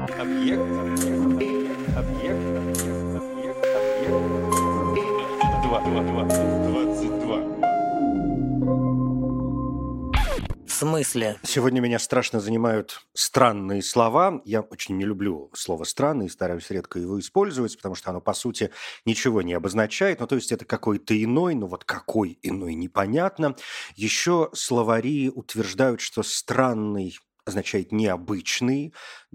В смысле? Сегодня меня страшно занимают странные слова. Я очень не люблю слово «странный» и стараюсь редко его использовать, потому что оно, по сути, ничего не обозначает. Ну, то есть это какой-то иной, ну вот какой иной, непонятно. Еще словари утверждают, что «странный» означает необычный,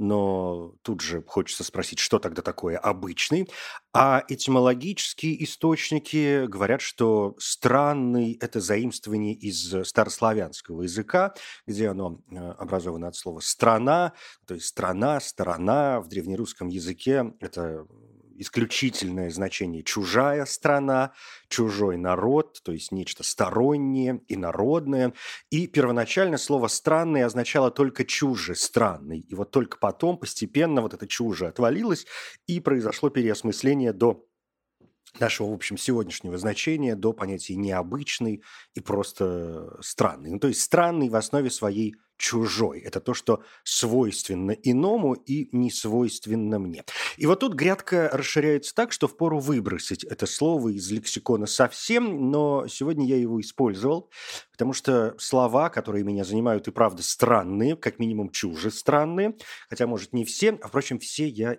но тут же хочется спросить, что тогда такое обычный. А этимологические источники говорят, что странный – это заимствование из старославянского языка, где оно образовано от слова «страна», то есть «страна», «сторона». В древнерусском языке это исключительное значение «чужая страна», «чужой народ», то есть нечто стороннее, инородное. И первоначально слово «странный» означало только «чужестранный». И вот только потом постепенно вот это «чуже» отвалилось, и произошло переосмысление до нашего, в общем, сегодняшнего значения, до понятия необычный и просто странный. Ну, то есть странный в основе своей чужой. Это то, что свойственно иному и не свойственно мне. И вот тут грядка расширяется так, что впору выбросить это слово из лексикона совсем, но сегодня я его использовал, потому что слова, которые меня занимают, и правда странные, как минимум чужестранные, хотя, может, не все, а, впрочем, все я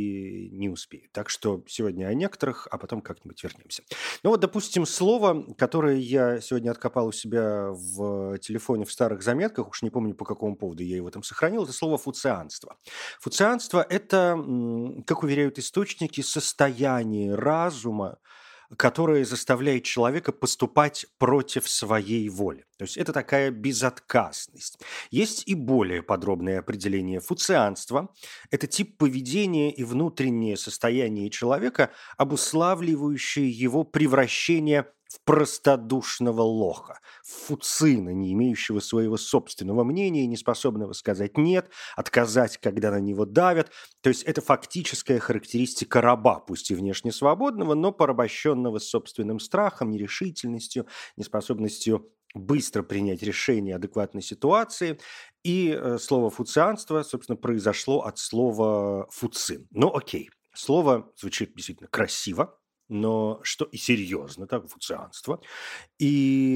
и не успею. Так что сегодня о некоторых, а потом как-нибудь вернемся. Ну вот, допустим, слово, которое я сегодня откопал у себя в телефоне в старых заметках, уж не помню, по какому поводу я его там сохранил, это слово «фуцианство». Фуцианство – это, как уверяют источники, состояние разума, которое заставляет человека поступать против своей воли. То есть это такая безотказность. Есть и более подробное определение фуцианства. Это тип поведения и внутреннее состояние человека, обуславливающее его превращение в простодушного лоха, в фуцина, не имеющего своего собственного мнения, не способного сказать «нет», отказать, когда на него давят. То есть это фактическая характеристика раба, пусть и внешне свободного, но порабощенного собственным страхом, нерешительностью, неспособностью быстро принять решение адекватной ситуации. И слово «фуцианство», собственно, произошло от слова «фуцин». Ну, окей. Слово звучит действительно красиво, но что и серьезно, так, фуцианство. И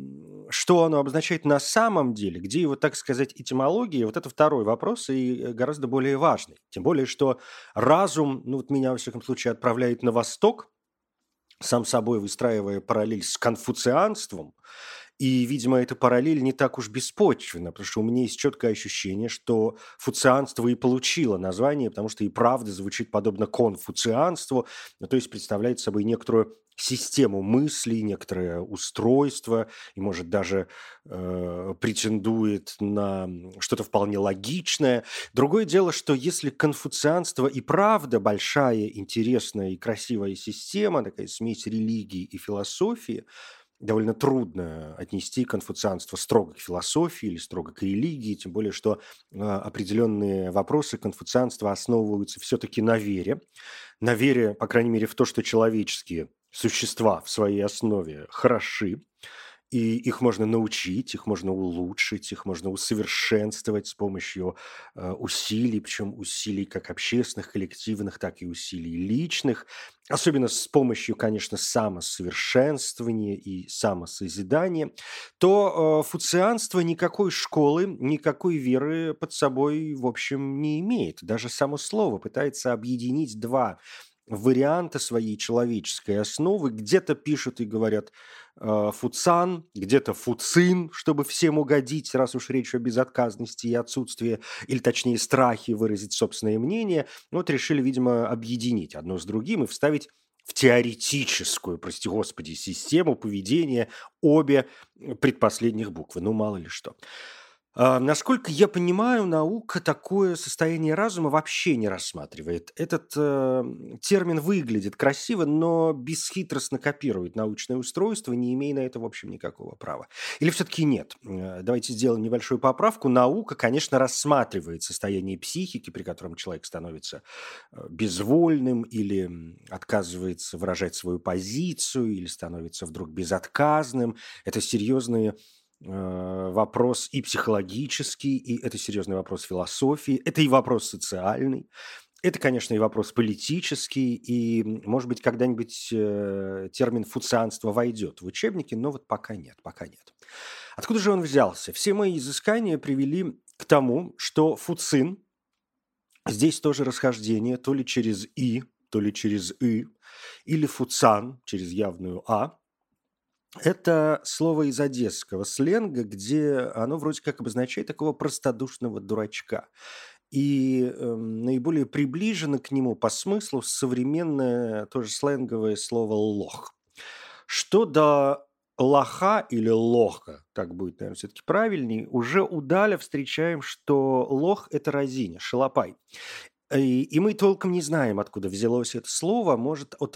что оно обозначает на самом деле, где его, так сказать, этимология, вот это второй вопрос и гораздо более важный. Тем более, что разум, ну вот меня, во всяком случае, отправляет на восток, сам собой выстраивая параллель с конфуцианством, и, видимо, эта параллель не так уж беспочвенна, потому что у меня есть четкое ощущение, что фуцианство и получило название, потому что и правда звучит подобно конфуцианству, ну, то есть представляет собой некоторую систему мыслей, некоторое устройство, и, может, даже претендует на что-то вполне логичное. Другое дело, что если конфуцианство и правда большая, интересная и красивая система, такая смесь религии и философии, довольно трудно отнести конфуцианство строго к философии или строго к религии, тем более, что определенные вопросы конфуцианства основываются все-таки на вере, по крайней мере, в то, что человеческие существа в своей основе хороши, и их можно научить, их можно улучшить, их можно усовершенствовать с помощью усилий, причем усилий как общественных, коллективных, так и усилий личных. Особенно с помощью, конечно, самосовершенствования и самосозидания, то фуцианство никакой школы, никакой веры под собой, в общем, не имеет. Даже само слово пытается объединить два варианта своей человеческой основы. Где-то пишут и говорят фуцан, где-то фуцин, чтобы всем угодить, раз уж речь о безотказности и отсутствии, или точнее страхе выразить собственное мнение. Вот решили, видимо, объединить одно с другим и вставить в теоретическую, прости господи, систему поведения обе предпоследних буквы. Ну, мало ли что. Насколько я понимаю, наука такое состояние разума вообще не рассматривает. Этот термин выглядит красиво, но бесхитростно копирует научное устройство, не имея на это, в общем, никакого права. Или все-таки нет? Давайте сделаем небольшую поправку. Наука, конечно, рассматривает состояние психики, при котором человек становится безвольным или отказывается выражать свою позицию, или становится вдруг безотказным. Это серьезные вопрос и психологический, и это серьезный вопрос философии, это и вопрос социальный, это, конечно, и вопрос политический, и, может быть, когда-нибудь термин «фуцианство» войдет в учебники, но вот пока нет, пока нет. Откуда же он взялся? Все мои изыскания привели к тому, что фуцин, здесь тоже расхождение, то ли через «и», то ли через «ы», или фуцан через явную «а». Это слово из одесского сленга, где оно вроде как обозначает такого простодушного дурачка. И наиболее приближено к нему по смыслу современное тоже сленговое слово «лох». Что до лоха или лоха, так будет, наверное, все-таки правильнее, уже у Даля встречаем, что лох– это разиня, шалопай. И мы толком не знаем, откуда взялось это слово. Может, от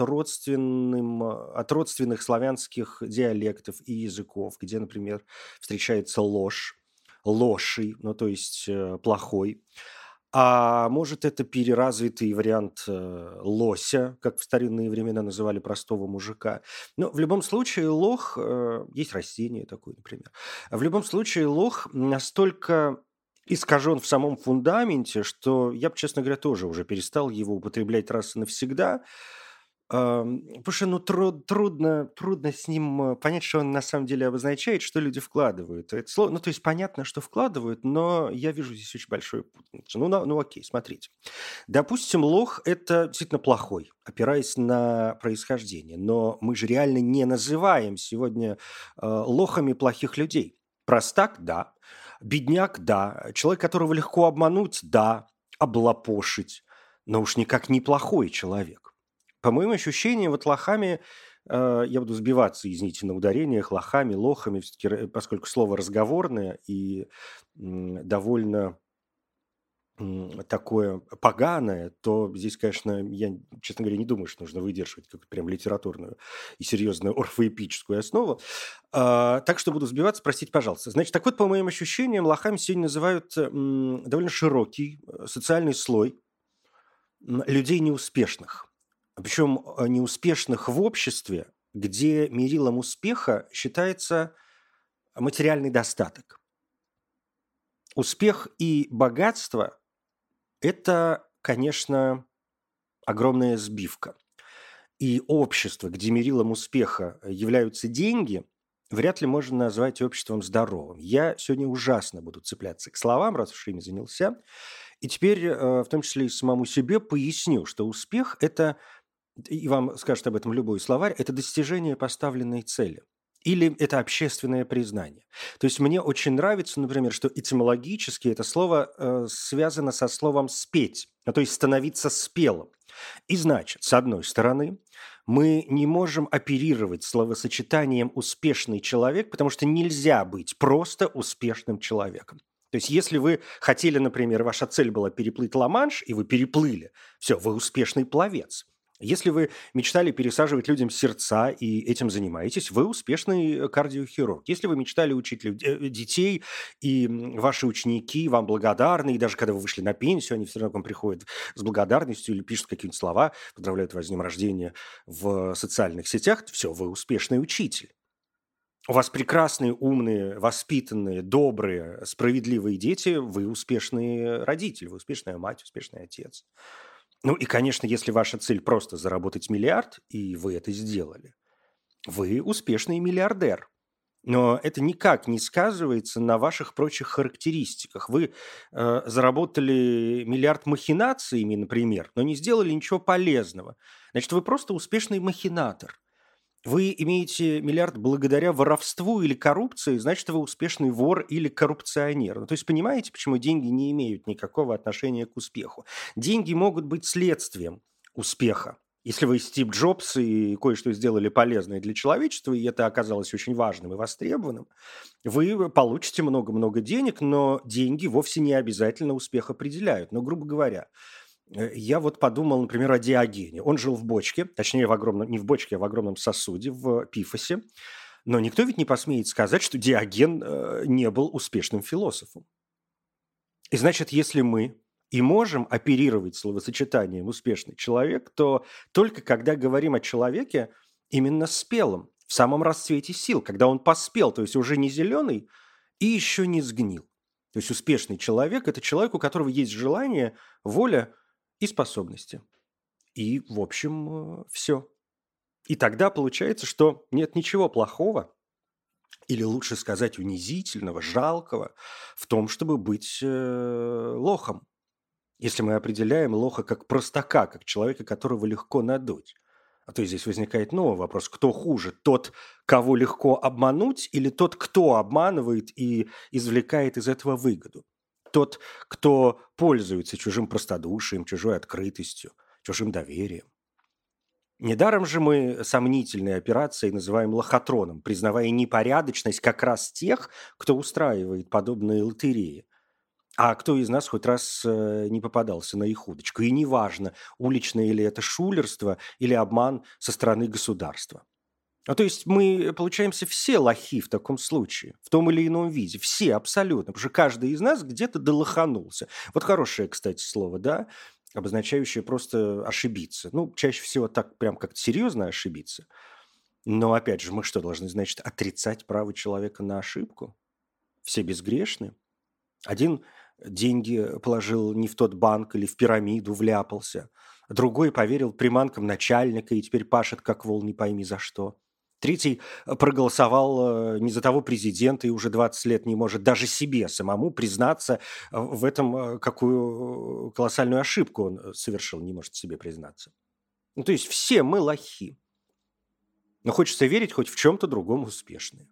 родственных славянских диалектов и языков, где, например, встречается ложь, лоший, ну, то есть плохой. А может, это переразвитый вариант лося, как в старинные времена называли простого мужика. Но в любом случае лох, есть растение такое, например. В любом случае лох настолько искажен в самом фундаменте, что я бы, честно говоря, тоже уже перестал его употреблять раз и навсегда. Потому что трудно с ним понять, что он на самом деле обозначает, что люди вкладывают. Это слово, ну, то есть понятно, что вкладывают, но я вижу здесь очень большую путаницу. Ну окей, смотрите. Допустим, лох– это действительно плохой, опираясь на происхождение. Но мы же реально не называем сегодня лохами плохих людей. Простак– да. Бедняк– да. Человек, которого легко обмануть– да. Облапошить. Но уж никак не плохой человек. По моим ощущениям, вот лохами, я буду сбиваться, извините, на ударениях, лохами, лохами, все-таки, поскольку слово разговорное и довольно такое поганое, то здесь, конечно, я, честно говоря, не думаю, что нужно выдерживать какую-то прям литературную и серьезную орфоэпическую основу. Так что буду сбиваться, простите, пожалуйста. Значит, так вот, по моим ощущениям, лохами сегодня называют довольно широкий социальный слой людей неуспешных. Причем неуспешных в обществе, где мерилом успеха считается материальный достаток. Успех и богатство – это, конечно, огромная сбивка. И общество, где мерилом успеха являются деньги, вряд ли можно назвать обществом здоровым. Я сегодня ужасно буду цепляться к словам, раз уж ими занялся. И теперь, в том числе и самому себе, поясню, что успех – это, и вам скажет об этом любой словарь, это достижение поставленной цели. Или это общественное признание. То есть мне очень нравится, например, что этимологически это слово связано со словом «спеть», то есть становиться спелым. И значит, с одной стороны, мы не можем оперировать словосочетанием «успешный человек», потому что нельзя быть просто успешным человеком. То есть если вы хотели, например, ваша цель была переплыть Ла-Манш, и вы переплыли, все, вы успешный пловец. Если вы мечтали пересаживать людям сердца и этим занимаетесь, вы успешный кардиохирург. Если вы мечтали учить детей, и ваши ученики вам благодарны, и даже когда вы вышли на пенсию, они все равно к вам приходят с благодарностью или пишут какие-нибудь слова, поздравляют вас с днем рождения в социальных сетях, все, вы успешный учитель. У вас прекрасные, умные, воспитанные, добрые, справедливые дети, вы успешный родитель, вы успешная мать, успешный отец. Ну и, конечно, если ваша цель просто заработать миллиард, и вы это сделали, вы успешный миллиардер. Но это никак не сказывается на ваших прочих характеристиках. Вы заработали миллиард махинациями, например, но не сделали ничего полезного. Значит, вы просто успешный махинатор. Вы имеете миллиард благодаря воровству или коррупции, значит, вы успешный вор или коррупционер. Ну, то есть понимаете, почему деньги не имеют никакого отношения к успеху? Деньги могут быть следствием успеха. Если вы Стив Джобс и кое-что сделали полезное для человечества, и это оказалось очень важным и востребованным, вы получите много-много денег, но деньги вовсе не обязательно успех определяют. Но, грубо говоря, я вот подумал, например, о Диогене. Он жил в бочке, точнее, не в бочке, а в огромном сосуде, в Пифосе. Но никто ведь не посмеет сказать, что Диоген не был успешным философом. И значит, если мы и можем оперировать словосочетанием «успешный человек», то только когда говорим о человеке именно спелом, в самом расцвете сил, когда он поспел, то есть уже не зеленый и еще не сгнил. То есть успешный человек – это человек, у которого есть желание, воля и способности. И, в общем, все. И тогда получается, что нет ничего плохого, или лучше сказать унизительного, жалкого, в том, чтобы быть лохом. Если мы определяем лоха как простака, как человека, которого легко надуть. А то здесь возникает новый вопрос. Кто хуже? Тот, кого легко обмануть, или тот, кто обманывает и извлекает из этого выгоду? Тот, кто пользуется чужим простодушием, чужой открытостью, чужим доверием. Недаром же мы сомнительные операции называем лохотроном, признавая непорядочность как раз тех, кто устраивает подобные лотереи. А кто из нас хоть раз не попадался на их удочку? И неважно, уличное ли это шулерство или обман со стороны государства. Ну, то есть мы получаемся все лохи в таком случае, в том или ином виде. Все абсолютно, потому что каждый из нас где-то долоханулся. Вот хорошее, кстати, слово, да, обозначающее просто ошибиться. Ну, чаще всего так прям как-то серьезно ошибиться. Но, опять же, мы что, должны, значит, отрицать право человека на ошибку? Все безгрешны? Один деньги положил не в тот банк или в пирамиду вляпался. Другой поверил приманкам начальника и теперь пашет, как вол, не пойми за что. Третий проголосовал не за того президента и уже 20 лет не может даже себе самому признаться в этом, какую колоссальную ошибку он совершил, не может себе признаться. Ну, то есть все мы лохи. Но хочется верить хоть в чем-то другом успешные.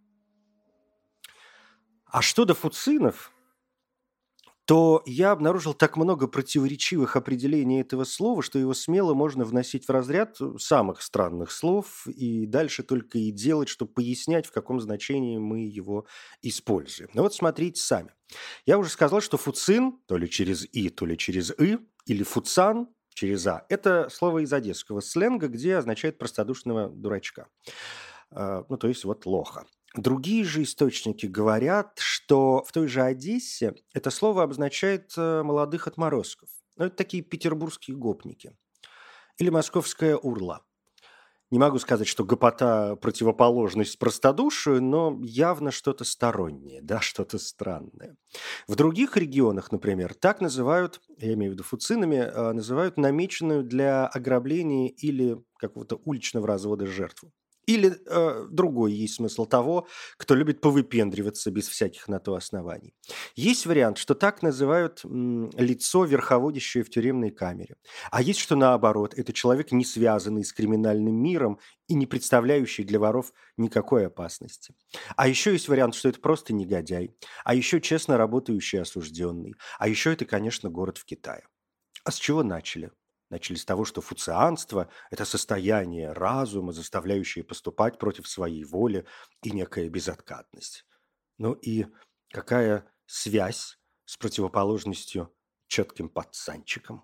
А что до фуцинов, то я обнаружил так много противоречивых определений этого слова, что его смело можно вносить в разряд самых странных слов и дальше только и делать, чтобы пояснять, в каком значении мы его используем. Ну вот смотрите сами. Я уже сказал, что фуцин, то ли через «и», то ли через «ы», или фуцан через «а», это слово из одесского сленга, где означает простодушного дурачка. Ну, то есть вот лоха. Другие же источники говорят, что в той же Одессе это слово обозначает молодых отморозков. Ну, это такие петербургские гопники. Или московская урла. Не могу сказать, что гопота – противоположность простодушию, но явно что-то стороннее, да, что-то странное. В других регионах, например, так называют, я имею в виду фуцинами, называют намеченную для ограбления или какого-то уличного развода жертву. Или другой есть смысл того, кто любит повыпендриваться без всяких на то оснований. Есть вариант, что так называют лицо, верховодящее в тюремной камере. А есть, что наоборот, это человек, не связанный с криминальным миром и не представляющий для воров никакой опасности. А еще есть вариант, что это просто негодяй. А еще честно работающий осужденный. А еще это, конечно, город в Китае. А с чего начали? Начали с того, что фуцианство – это состояние разума, заставляющее поступать против своей воли, и некая безоткатность. Ну и какая связь с противоположностью четким пацанчиком?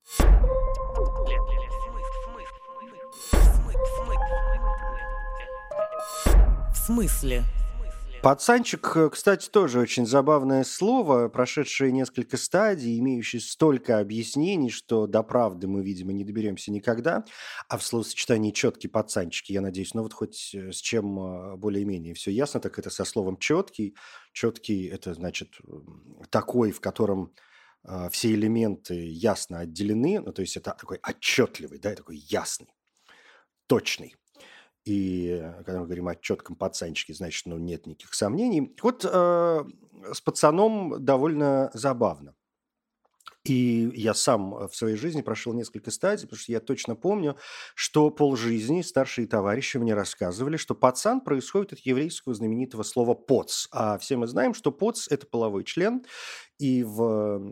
В смысле? Пацанчик, кстати, тоже очень забавное слово, прошедшее несколько стадий, имеющее столько объяснений, что до правды мы, видимо, не доберемся никогда. А в словосочетании «четкий пацанчик», я надеюсь, ну вот хоть с чем более-менее все ясно, так это со словом «четкий». «Четкий» – это, значит, такой, в котором все элементы ясно отделены, ну то есть это такой отчетливый, да, такой ясный, точный. И когда мы говорим о четком пацанчике, значит, ну, нет никаких сомнений. Вот с пацаном довольно забавно. И я сам в своей жизни прошел несколько стадий, потому что я точно помню, что полжизни старшие товарищи мне рассказывали, что пацан происходит от еврейского знаменитого слова «поц». А все мы знаем, что поц – это половой член, и в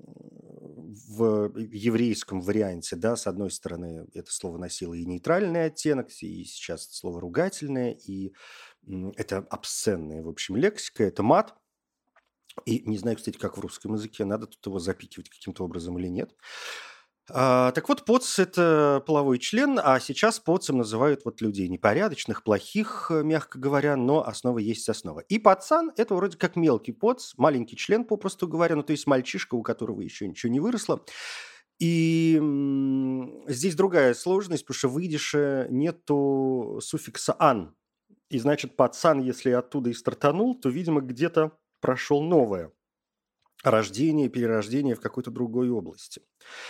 еврейском варианте, да, с одной стороны, это слово носило и нейтральный оттенок, и сейчас это слово ругательное, и это обсценная, в общем, лексика, это мат. И не знаю, кстати, как в русском языке, надо тут его запикивать каким-то образом или нет. Так вот, поц – это половой член, а сейчас поцем называют вот людей непорядочных, плохих, мягко говоря, но основа есть основа. И пацан – это вроде как мелкий поц, маленький член, попросту говоря, ну то есть мальчишка, у которого еще ничего не выросло. И здесь другая сложность, потому что в идише нету суффикса «ан». И значит, пацан, если оттуда и стартанул, то, видимо, где-то прошел новое рождение, перерождение в какой-то другой области.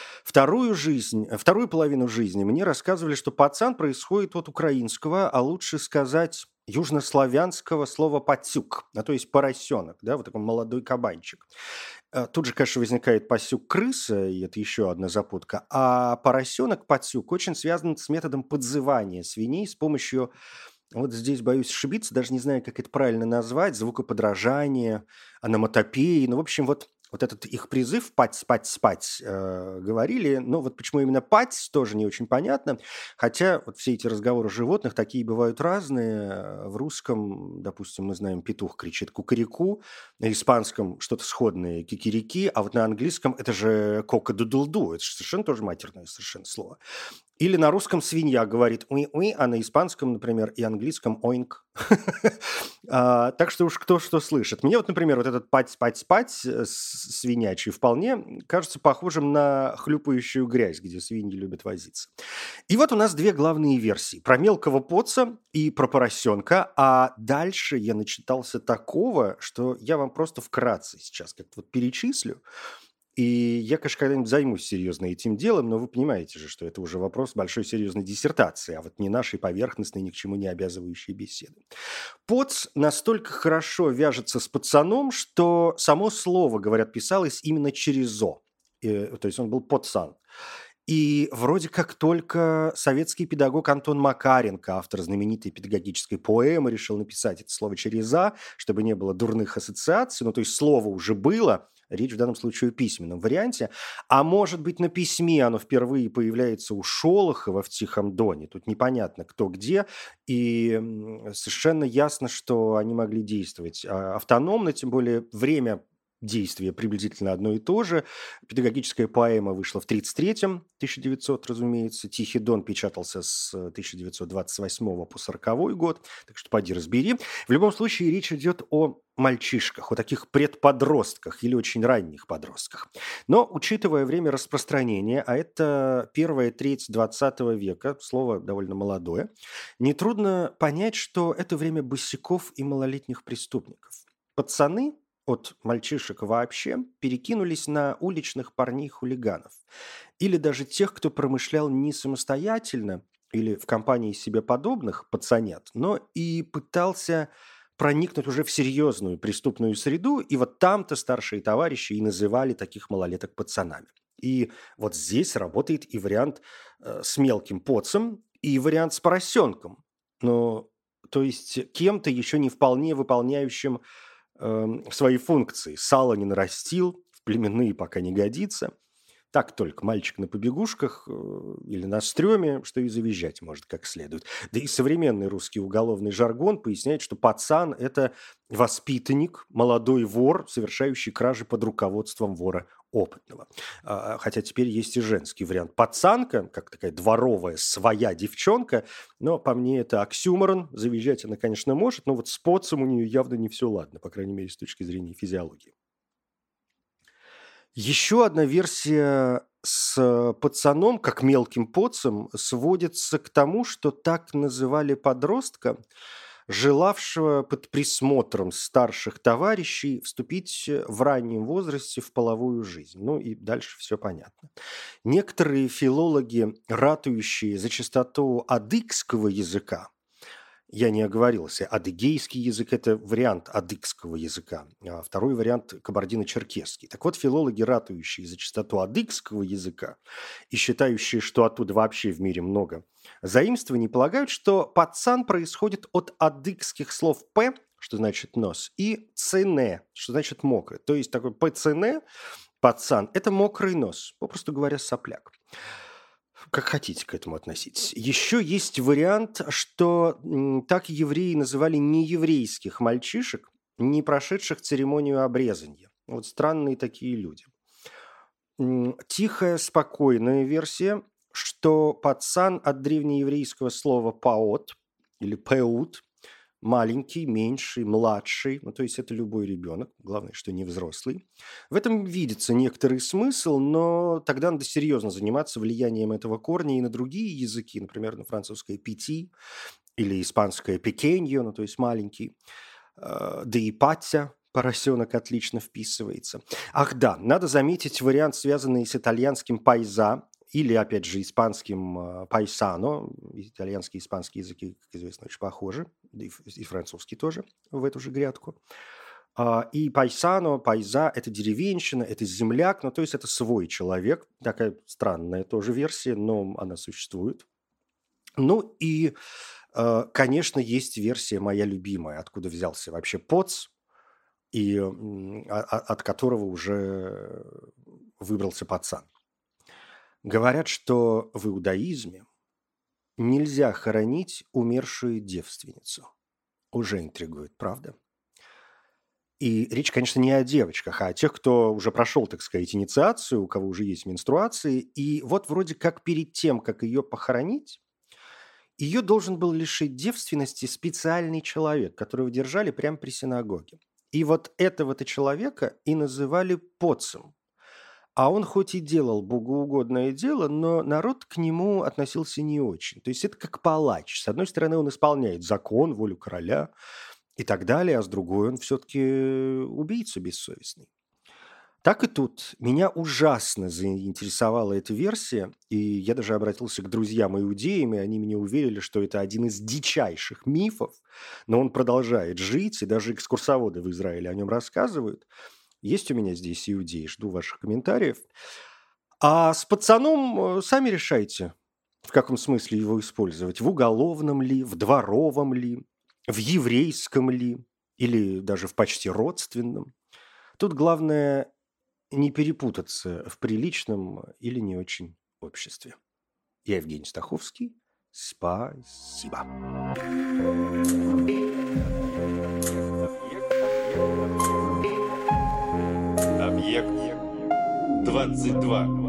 Вторую половину жизни мне рассказывали, что пацан происходит от украинского, а лучше сказать южнославянского слова «пацюк», то есть поросенок, да, вот такой молодой кабанчик. Тут же, конечно, возникает пасюк крыса, и это еще одна запутка. А поросенок пацюк очень связан с методом подзывания свиней с помощью, вот здесь боюсь ошибиться, даже не знаю, как это правильно назвать, звукоподражания, аноматопеи. Ну, в общем, вот этот их призыв «пать, спать, спать» говорили. Но вот почему именно «пать» тоже не очень понятно. Хотя вот все эти разговоры животных такие бывают разные. В русском, допустим, мы знаем, петух кричит «кукареку», на испанском что-то сходное «кикирики», а вот на английском это же «кока-дудлду». Это же совершенно тоже матерное совершенно слово. Или на русском свинья говорит «уи-уи», а на испанском, например, и английском «оинк». Так что уж кто что слышит. Мне вот, например, вот этот «пать, спать, спать» свинячий вполне кажется похожим на хлюпающую грязь, где свиньи любят возиться. И вот у нас две главные версии. Про мелкого поца и про поросенка. А дальше я начитался такого, что я вам просто вкратце сейчас как-то вот перечислю. И я, конечно, когда-нибудь займусь серьезно этим делом, но вы понимаете же, что это уже вопрос большой серьезной диссертации, а вот не нашей поверхностной, ни к чему не обязывающей беседы. Поц настолько хорошо вяжется с пацаном, что само слово, говорят, писалось именно через «зо». То есть он был пацан. И вроде как только советский педагог Антон Макаренко, автор знаменитой педагогической поэмы, решил написать это слово через «а», чтобы не было дурных ассоциаций, то есть слово уже было, речь в данном случае о письменном варианте, а может быть на письме оно впервые появляется у Шолохова в «Тихом доне», тут непонятно кто где, и совершенно ясно, что они могли действовать автономно, тем более время действие приблизительно одно и то же. Педагогическая поэма вышла в 1933-м, 1900, разумеется. «Тихий дон» печатался с 1928 по 1940 год, так что поди разбери. В любом случае речь идет о мальчишках, о таких предподростках или очень ранних подростках. Но, учитывая время распространения, а это первая треть 20 века, слово довольно молодое, нетрудно понять, что это время босяков и малолетних преступников. Пацаны от мальчишек вообще перекинулись на уличных парней-хулиганов. Или даже тех, кто промышлял не самостоятельно или в компании себе подобных пацанят, но и пытался проникнуть уже в серьезную преступную среду, и вот там-то старшие товарищи и называли таких малолеток пацанами. И вот здесь работает и вариант с мелким поцем, и вариант с поросенком. Но, то есть кем-то еще не вполне выполняющим свои функции. Сало не нарастил, в племенные пока не годится. Так только мальчик на побегушках или на стреме, что и завизжать может как следует. Да и современный русский уголовный жаргон поясняет, что пацан – это воспитанник, молодой вор, совершающий кражи под руководством вора опытного. Хотя теперь есть и женский вариант. Пацанка, как такая дворовая своя девчонка, но по мне это оксюморон. Завизжать она, конечно, может, но вот с поцем у нее явно не все ладно, по крайней мере, с точки зрения физиологии. Еще одна версия с пацаном, как мелким поцем, сводится к тому, что так называли подростка, желавшего под присмотром старших товарищей вступить в раннем возрасте в половую жизнь. Ну и дальше все понятно. Некоторые филологи, ратующие за чистоту адыгского языка, я не оговорился. Адыгейский язык – это вариант адыгского языка, а второй вариант – кабардино-черкесский. Так вот, филологи, ратующие за чистоту адыгского языка и считающие, что оттуда вообще в мире много заимствований, полагают, что пацан происходит от адыгских слов «п», что значит нос, и «цене», что значит мокрый. То есть такой «пцене», пацан – это мокрый нос, попросту говоря, сопляк. Как хотите к этому относитесь. Еще есть вариант, что так евреи называли нееврейских мальчишек, не прошедших церемонию обрезания. Вот странные такие люди. Тихая, спокойная версия, что пацан от древнееврейского слова «паот» или «пеут», маленький, меньший, младший, то есть это любой ребенок, главное, что не взрослый. В этом видится некоторый смысл, но тогда надо серьезно заниматься влиянием этого корня и на другие языки, например, на французское «пяти» или испанское пекеньо, ну, то есть маленький, да и патя, поросенок, отлично вписывается. Ах да, надо заметить вариант, связанный с итальянским пайза, или, опять же, испанским пайсано. Итальянский и испанский языки, как известно, очень похожи, да и французский тоже в эту же грядку. И пайсано, пайза– это деревенщина, это земляк, ну, то есть это свой человек. Такая странная тоже версия, но она существует. Ну и, конечно, есть версия моя любимая, откуда взялся вообще поц, и от которого уже выбрался пацан. Говорят, что в иудаизме нельзя хоронить умершую девственницу. Уже интригует, правда? И речь, конечно, не о девочках, а о тех, кто уже прошел, так сказать, инициацию, у кого уже есть менструации. И вот вроде как перед тем, как ее похоронить, ее должен был лишить девственности специальный человек, которого держали прямо при синагоге. И вот этого-то человека и называли поцем. А он хоть и делал богоугодное дело, но народ к нему относился не очень. То есть это как палач. С одной стороны, он исполняет закон, волю короля и так далее, а с другой он все-таки убийца бессовестный. Так и тут. Меня ужасно заинтересовала эта версия, и я даже обратился к друзьям-иудеям, и они мне уверили, что это один из дичайших мифов, но он продолжает жить, и даже экскурсоводы в Израиле о нем рассказывают. Есть у меня здесь иудеи, жду ваших комментариев. А с пацаном сами решайте, в каком смысле его использовать. В уголовном ли, в дворовом ли, в еврейском ли, или даже в почти родственном. Тут главное не перепутаться в приличном или не очень обществе. Я Евгений Стаховский. Спасибо. Объект 22.